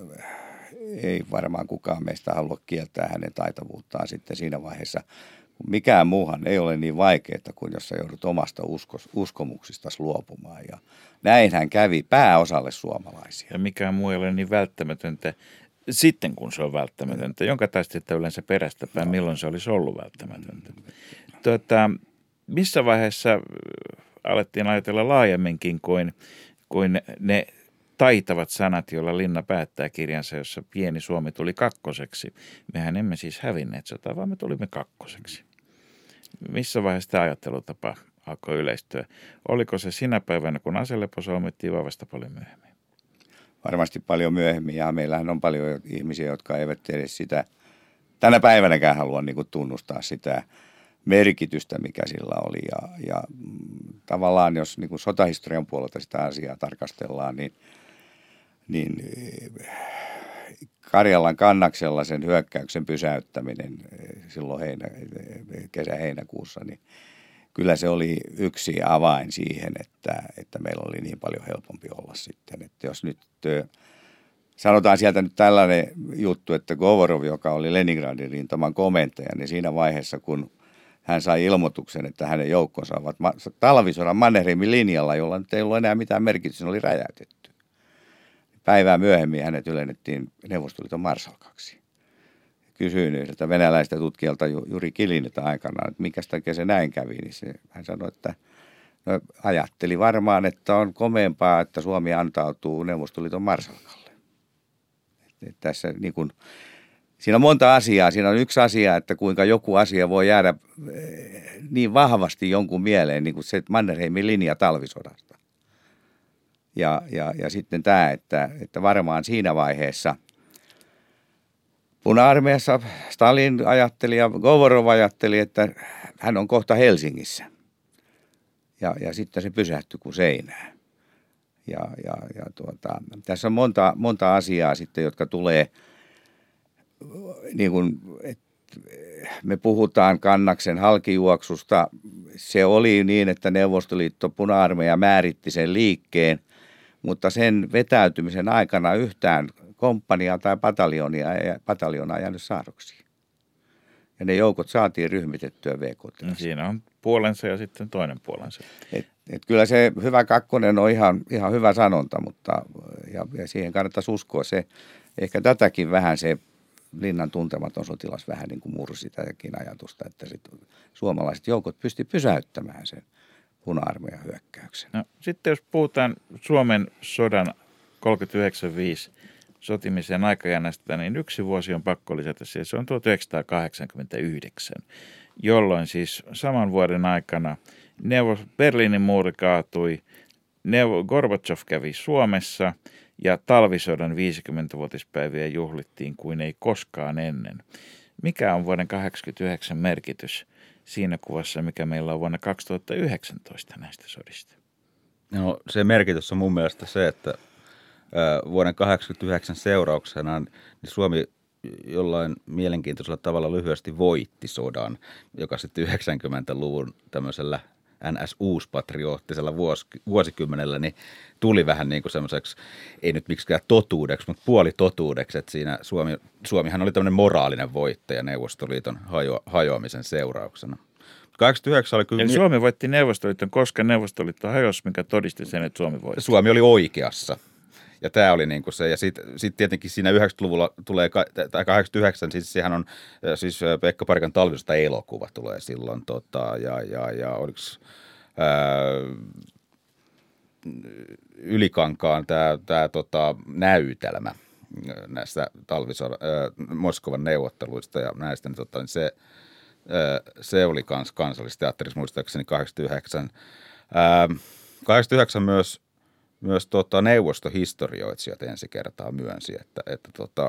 E: ei varmaan kukaan meistä halua kieltää hänen taitavuuttaan sitten siinä vaiheessa. Mikään muuhan ei ole niin vaikeaa kuin jos sä joudut omasta uskos, uskomuksistasi luopumaan. Ja näin hän kävi pääosalle suomalaisia.
D: Ja mikään muu ei ole niin välttämätöntä sitten, kun se on välttämätöntä. Jonka taisi sitten yleensä perästäpäin, milloin se olisi ollut välttämätöntä. Tuota, missä vaiheessa alettiin ajatella laajemminkin kuin, kuin ne taitavat sanat, joilla Linna päättää kirjansa, jossa pieni Suomi tuli kakkoseksi. Mehän emme siis hävinneet sotaa, vaan me tulimme kakkoseksi. Missä vaiheessa tämä ajattelutapa alkoi yleistyä? Oliko se sinä päivänä, kun aselepo solmittiin, vai vasta paljon myöhemmin?
E: Varmasti paljon myöhemmin, ja meillähän on paljon ihmisiä, jotka eivät edes sitä tänä päivänäkään halua niin kuin tunnustaa sitä merkitystä, mikä sillä oli. Ja, ja tavallaan, jos niin kuin sotahistorian puolelta sitä asiaa tarkastellaan, niin niin Karjalan kannaksella sen hyökkäyksen pysäyttäminen silloin heinä, kesä-heinäkuussa, niin kyllä se oli yksi avain siihen, että, että meillä oli niin paljon helpompi olla sitten. Että jos nyt sanotaan sieltä nyt tällainen juttu, että Govorov, joka oli Leningradin rintaman komentaja, niin siinä vaiheessa, kun hän sai ilmoituksen, että hänen joukkonsa ovat talvisodan Mannerheimin linjalla, jolla nyt ei ollut enää mitään merkitystä, oli räjäytetty. Päivää myöhemmin hänet ylennettiin Neuvostoliiton marsalkaksi. Kysyin yhdeltä venäläistä tutkijalta Juri Kiliniltä aikanaan, että mikä takia se näin kävi. Niin se, hän sanoi, että no, ajatteli varmaan, että on komeampaa, että Suomi antautuu Neuvostoliiton marsalkalle. Et tässä, niin kun, siinä on monta asiaa. Siinä on yksi asia, että kuinka joku asia voi jäädä niin vahvasti jonkun mieleen, niin kuin se Mannerheimin linja talvisodasta. Ja, ja, ja sitten tämä, että, että varmaan siinä vaiheessa Puna-armeijassa Stalin ajatteli ja Govorov ajatteli, että hän on kohta Helsingissä. Ja, ja sitten se pysähtyi kuin seinään. Ja, ja, ja tuota, tässä on monta, monta asiaa sitten, jotka tulee, niin kuin, että me puhutaan Kannaksen halkijuoksusta. Se oli niin, että Neuvostoliitto Puna-armeija määritti sen liikkeen, mutta sen vetäytymisen aikana yhtään komppaniaa tai pataljonia, pataljonaa jäänyt saarroksiin. Ja ne joukot saatiin ryhmitettyä V K T.
D: No, siinä on puolensa ja sitten toinen puolensa.
E: Et, et kyllä se hyvä kakkonen on ihan, ihan hyvä sanonta, mutta ja, ja siihen kannattaisi uskoa se, ehkä tätäkin vähän se Linnan tuntematon sotilas vähän niin kuin mursi tätäkin ajatusta, että sit suomalaiset joukot pysty pysäyttämään sen Puna-armeijan hyökkäyksen.
D: No, sitten jos puhutaan Suomen sodan kolmekymmentäyhdeksän viisi sotimisen aikajännestä, niin yksi vuosi on pakko lisätä siihen. Se on tuhatyhdeksänsataakahdeksankymmentäyhdeksän, jolloin siis saman vuoden aikana Neuvos- Berliinin muuri kaatui, Neuvo- Gorbachev kävi Suomessa ja talvisodan viisikymmentävuotispäiviä juhlittiin kuin ei koskaan ennen. Mikä on vuoden tuhatyhdeksänsataakahdeksankymmentäyhdeksän merkitys siinä kuvassa, mikä meillä on vuonna kaksituhattayhdeksäntoista näistä sodista?
F: No, se merkitys on mun mielestä se, että vuoden tuhatyhdeksänsataakahdeksankymmentäyhdeksän seurauksena niin Suomi jollain mielenkiintoisella tavalla lyhyesti voitti sodan, joka sitten yhdeksänkymmentäluvun tämmöisellä N S-uuspatrioottisella vuos, vuosikymmenellä niin tuli vähän niin kuin semmoiseksi, ei nyt miksikään totuudeksi, mutta puolitotuudeksi, että siinä Suomi, Suomihan oli tämmöinen moraalinen voittaja Neuvostoliiton hajo, hajoamisen seurauksena. kahdeksankymmentäyhdeksän oli kyllä...
D: Eli Suomi voitti Neuvostoliiton, koska Neuvostoliitto hajosi, mikä todisti sen, että Suomi voitti.
F: Suomi oli oikeassa. Ja tämä oli niin kuin se, ja sitten sit tietenkin siinä yhdeksänkymmentäluvulla tulee, tai kahdeksankymmentäyhdeksän, siis sehän on, siis Pekka Parikan talvisota elokuva tulee silloin, tota, ja, ja, ja oliko ää, Ylikankaan tämä, tämä tota, näytelmä näistä talvisodan, ää, Moskovan neuvotteluista ja näistä, niin, tota, niin se, ää, se oli kans kansallisteatterissa muistaakseni kahdeksankymmentäyhdeksän. Ää, kahdeksankymmentäyhdeksän myös Myös tota, neuvostohistorioitsijat ensi kertaa myönsi, että, että tota,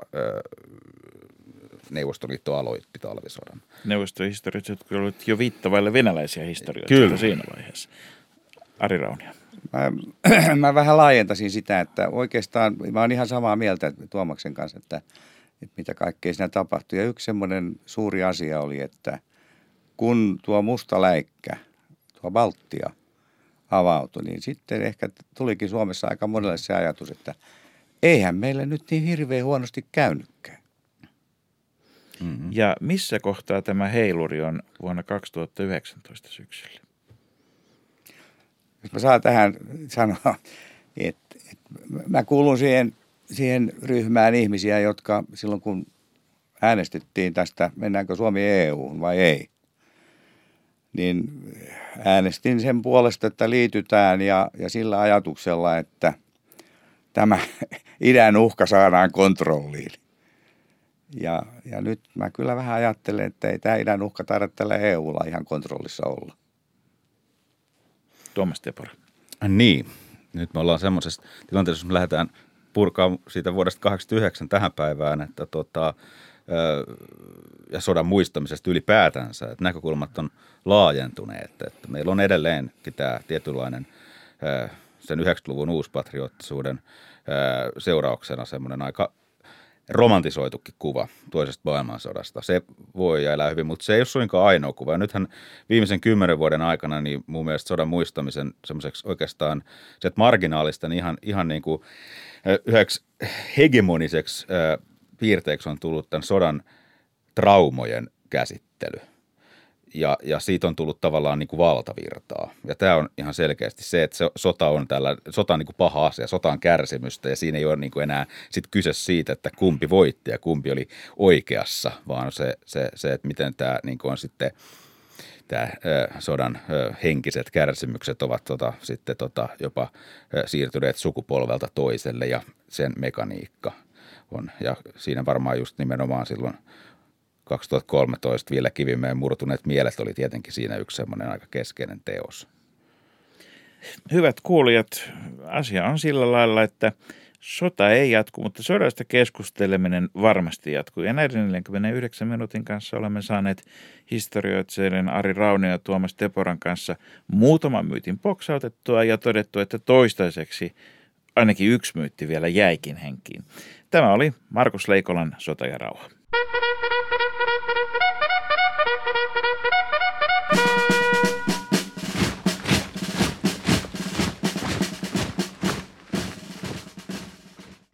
F: Neuvostoliitto aloitti talvisodan.
D: Neuvostohistorioitsijat olivat jo viittavaille venäläisiä historioita siinä vaiheessa. Ari Raunio.
E: Mä, mä vähän laajentaisin sitä, että oikeastaan mä oon ihan samaa mieltä Tuomaksen kanssa, että, että mitä kaikkea siinä tapahtui. Ja yksi semmoinen suuri asia oli, että kun tuo musta läikkä, tuo Baltia avautui, niin sitten ehkä tulikin Suomessa aika monelle se ajatus, että eihän meillä nyt niin hirveän huonosti käynytkään.
D: Mm-hmm. Ja missä kohtaa tämä heiluri on vuonna kaksituhattayhdeksäntoista syksyllä?
E: Jos mä saan tähän sanoa, että, että mä kuulun siihen, siihen ryhmään ihmisiä, jotka silloin kun äänestettiin tästä, mennäänkö Suomi E U:hun vai ei, niin äänestin sen puolesta, että liitytään ja, ja sillä ajatuksella, että tämä idän uhka saadaan kontrolliin. Ja, ja nyt mä kyllä vähän ajattelen, että ei tämä idän uhka taida tällä E U:lla ihan kontrollissa olla.
D: Tuomas Tepora.
F: Niin, nyt me ollaan semmoisessa tilanteessa, jos me lähdetään purkaa siitä vuodesta kahdeksankymmentäyhdeksän tähän päivään, että tota, ja sodan muistamisesta ylipäätänsä, että näkökulmat on laajentuneet, että meillä on edelleenkin tämä tietynlainen sen yhdeksänkymmentäluvun uuspatriottisuuden seurauksena semmoinen aika romantisoitukin kuva toisesta maailmansodasta. Se voi elää hyvin, mutta se ei ole suinkaan ainoa kuva. Ja nythän viimeisen kymmenen vuoden aikana niin mun mielestä sodan muistamisen semmoiseksi oikeastaan se, että marginaalista niin ihan, ihan niin kuin yhdeksi hegemoniseksi piirteeksi on tullut tämän sodan traumojen käsittely. Ja, ja siitä on tullut tavallaan niin kuin valtavirtaa. Ja tämä on ihan selkeästi se, että se, sota on tällä, sota on niin kuin paha asia, sota on kärsimystä ja siinä ei ole niin kuin enää sit kyse siitä, että kumpi voitti ja kumpi oli oikeassa, vaan se, se, se että miten tämä niin kuin on sitten tämä sodan henkiset kärsimykset ovat tota, sitten tota, jopa siirtyneet sukupolvelta toiselle ja sen mekaniikka on. Ja siinä varmaan just nimenomaan silloin kaksituhattakolmetoista vielä Kivimäen murtuneet mielet oli tietenkin siinä yksi semmoinen aika keskeinen teos.
D: Hyvät kuulijat, asia on sillä lailla, että sota ei jatku, mutta sodasta keskusteleminen varmasti jatkuu. Ja näiden neljänkymmenenyhdeksän minuutin kanssa olemme saaneet historioitsijoiden Ari Raunio ja Tuomas Teporan kanssa muutaman myytin poksautettua ja todettu, että toistaiseksi ainakin yksi myytti vielä jäikin henkiin. Tämä oli Markus Leikolan Sota ja rauha.